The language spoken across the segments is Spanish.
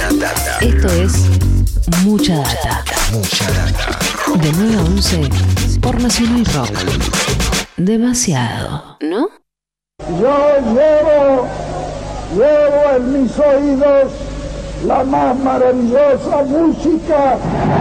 Esto es Mucha Data. De 9 a 11 por Nacional Rock. Demasiado, ¿no? Yo llevo en mis oídos la más maravillosa música.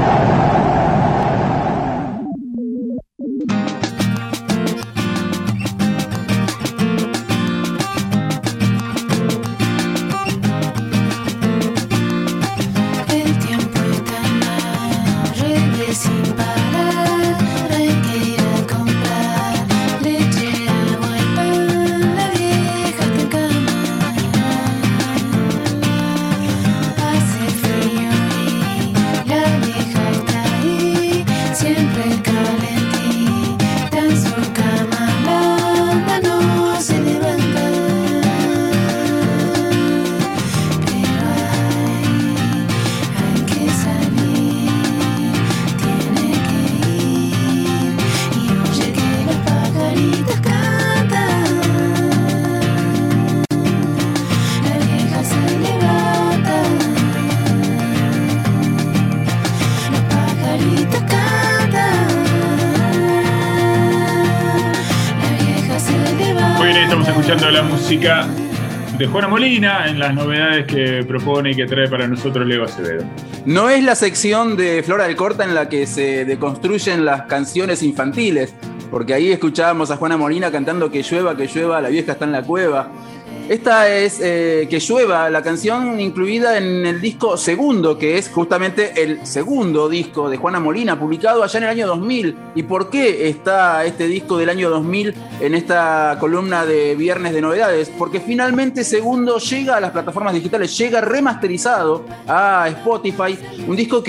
Escuchando la música de Juana Molina en las novedades que propone y que trae para nosotros Leo Acevedo. No es la sección de Flora del Corta en la que se deconstruyen las canciones infantiles, porque ahí escuchábamos a Juana Molina cantando Que llueva, la vieja está en la cueva. Esta es Que llueva, la canción incluida en el disco segundo, que es justamente el segundo disco de Juana Molina, publicado allá en el año 2000. ¿Y por qué está este disco del año 2000 en esta columna de Viernes de Novedades? Porque finalmente Segundo llega a las plataformas digitales, llega remasterizado a Spotify, un disco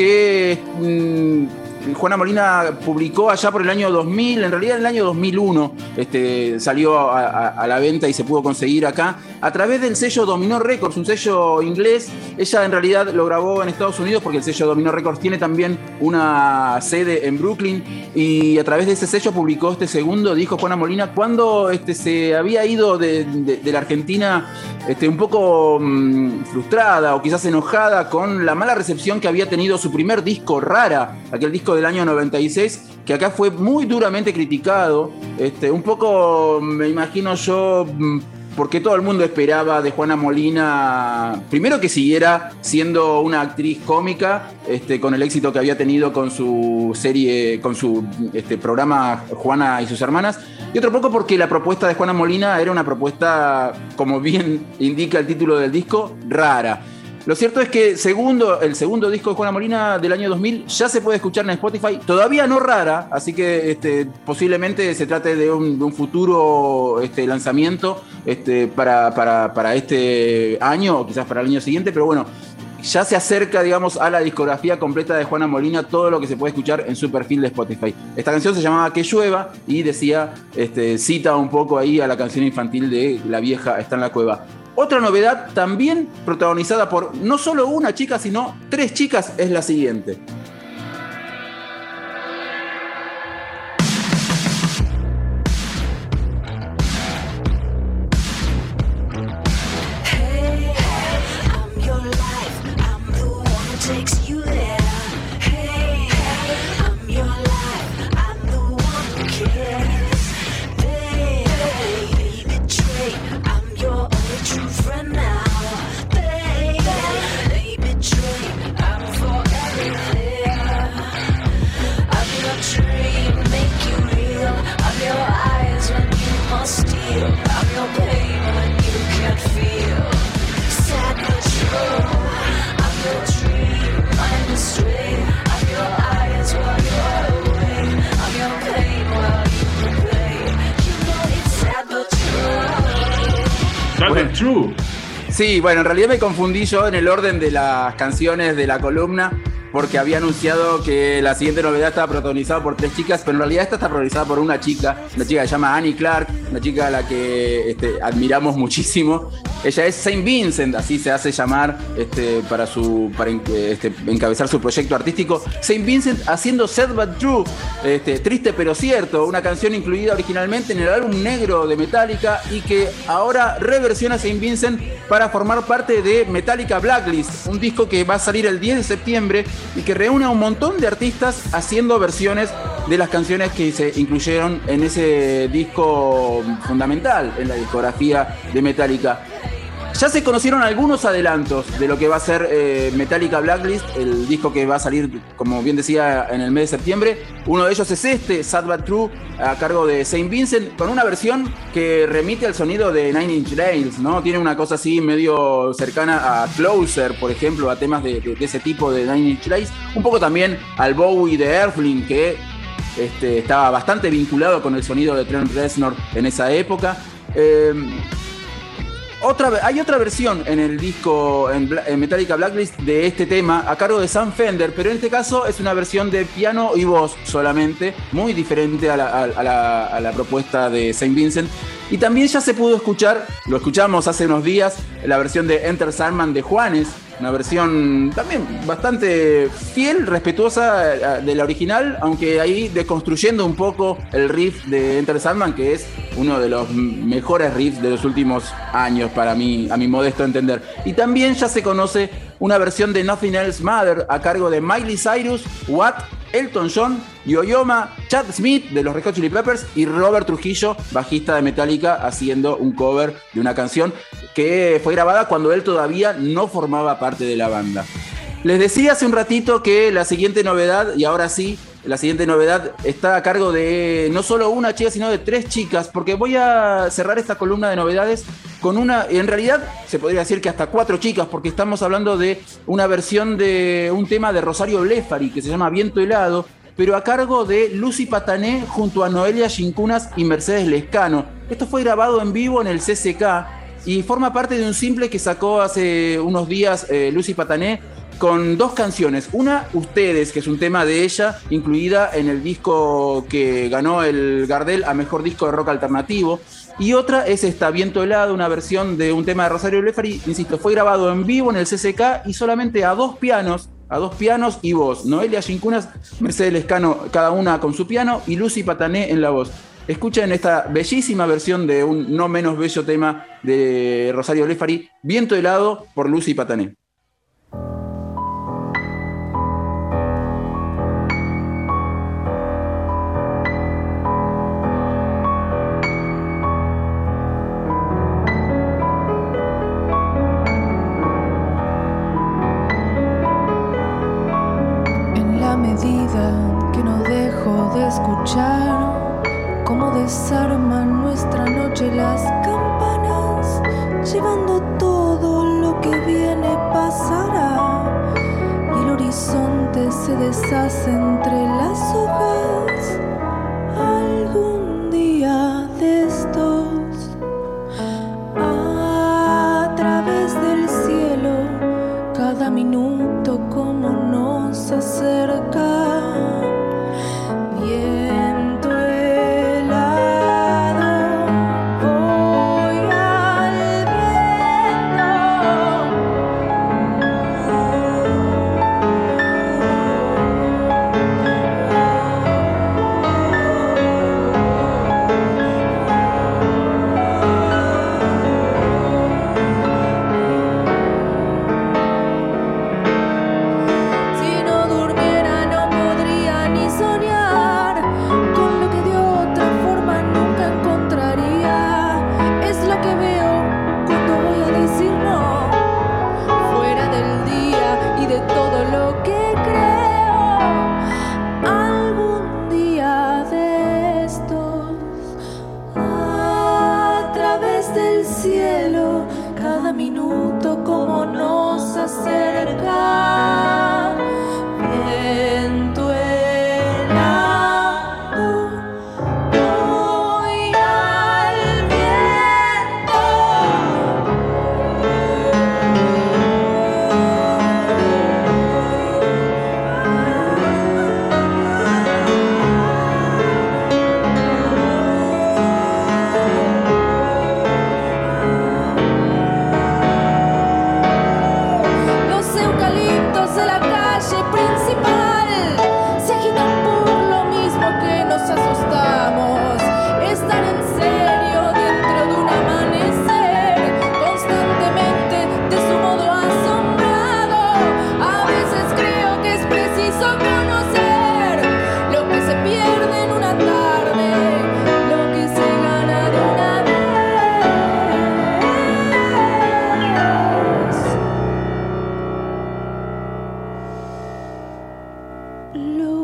que Juana Molina publicó allá por el año 2000, en realidad en el año 2001 salió a la venta y se pudo conseguir acá a través del sello Domino Records, un sello inglés. Ella en realidad lo grabó en Estados Unidos porque el sello Domino Records tiene también una sede en Brooklyn, y a través de ese sello publicó este segundo disco Juana Molina cuando se había ido de la Argentina un poco frustrada o quizás enojada con la mala recepción que había tenido su primer disco, Rara, aquel disco del año 96, que acá fue muy duramente criticado, un poco, me imagino yo, porque todo el mundo esperaba de Juana Molina, primero que siguiera siendo una actriz cómica, con el éxito que había tenido con su serie, con su programa Juana y sus hermanas, y otro poco porque la propuesta de Juana Molina era una propuesta, como bien indica el título del disco, rara. Lo cierto es que el segundo disco de Juana Molina del año 2000 ya se puede escuchar en Spotify, todavía no Rara, así que posiblemente se trate de un futuro lanzamiento para este año o quizás para el año siguiente, pero bueno, ya se acerca, digamos, a la discografía completa de Juana Molina, todo lo que se puede escuchar en su perfil de Spotify. Esta canción se llamaba Que llueva y decía, cita un poco ahí a la canción infantil de La vieja está en la cueva. Otra novedad, también protagonizada por no solo una chica, sino 3 chicas, es la siguiente. True. Sí, bueno, en realidad me confundí yo en el orden de las canciones de la columna, porque había anunciado que la siguiente novedad estaba protagonizada por 3 chicas, pero en realidad esta está protagonizada por una chica que se llama Annie Clark, una chica a la que admiramos muchísimo, Ella es Saint Vincent, así se hace llamar para encabezar su proyecto artístico. Saint Vincent haciendo Sad But True, triste pero cierto, una canción incluida originalmente en el álbum negro de Metallica y que ahora reversiona Saint Vincent para formar parte de Metallica Blacklist, un disco que va a salir el 10 de septiembre y que reúne a un montón de artistas haciendo versiones de las canciones que se incluyeron en ese disco fundamental en la discografía de Metallica. Ya se conocieron algunos adelantos de lo que va a ser Metallica Blacklist, el disco que va a salir, como bien decía, en el mes de septiembre. Uno de ellos es Sad But True, a cargo de Saint Vincent, con una versión que remite al sonido de Nine Inch Nails, ¿no? Tiene una cosa así medio cercana a Closer, por ejemplo, a temas de ese tipo de Nine Inch Nails. Un poco también al Bowie de Earthling, que estaba bastante vinculado con el sonido de Trent Reznor en esa época. Hay otra versión en el disco en Metallica Blacklist de este tema a cargo de Sam Fender, pero en este caso es una versión de piano y voz solamente, muy diferente a la propuesta de Saint Vincent. Y también ya se pudo escuchar, lo escuchamos hace unos días, la versión de Enter Sandman de Juanes, una versión también bastante fiel, respetuosa de la original, aunque ahí deconstruyendo un poco el riff de Enter Sandman, que es uno de los mejores riffs de los últimos años para mí, a mi modesto entender. Y también ya se conoce una versión de Nothing Else Matters a cargo de Miley Cyrus, Watt, Elton John, Yo-Yoma, Chad Smith de los Red Hot Chili Peppers y Robert Trujillo, bajista de Metallica, haciendo un cover de una canción que fue grabada cuando él todavía no formaba parte de la banda. Les decía hace un ratito que la siguiente novedad, y ahora sí, la siguiente novedad está a cargo de no solo una chica, sino de 3 chicas, porque voy a cerrar esta columna de novedades con una, en realidad se podría decir que hasta 4 chicas, porque estamos hablando de una versión de un tema de Rosario Blefari que se llama Viento Helado, pero a cargo de Lucy Patané junto a Noelia Shinkunas y Mercedes Lescano. Esto fue grabado en vivo en el CCK y forma parte de un simple que sacó hace unos días Lucy Patané, con 2 canciones. Una, Ustedes, que es un tema de ella, incluida en el disco que ganó el Gardel a Mejor Disco de Rock Alternativo. Y otra es esta, Viento Helado, una versión de un tema de Rosario Blefari. Insisto, fue grabado en vivo en el CCK y solamente a 2 pianos y voz. Noelia Shinkunas, Mercedes Lescano, cada una con su piano, y Lucy Patané en la voz. Escuchen esta bellísima versión de un no menos bello tema de Rosario Blefari, Viento Helado, por Lucy Patané. Que no dejo de escuchar cómo desarman nuestra noche las campanas, llevando todo lo que viene pasará, y el horizonte se deshace entre las hojas. Algún día de estos, a través del cielo, cada minuto como nos acerca. Viento helado, voy al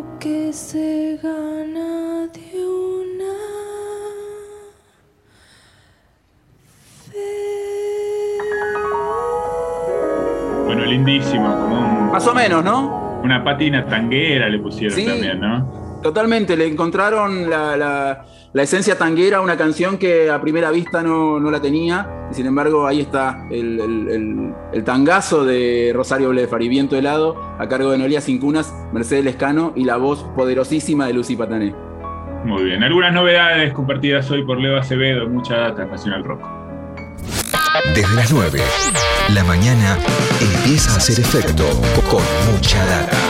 que se gana de una Bueno, lindísimo, como Más o menos, ¿no? una patina tanguera le pusieron Sí. también, ¿no? Totalmente, le encontraron la esencia tanguera a una canción que a primera vista no la tenía, y sin embargo ahí está el tangazo de Rosario Blefar y Viento Helado, a cargo de Noelia Cincunas, Mercedes Lescano y la voz poderosísima de Lucy Patané. Muy bien. Algunas novedades compartidas hoy por Leo Acevedo, mucha data en Nacional Rock. Desde las 9, la mañana empieza a hacer efecto con mucha data.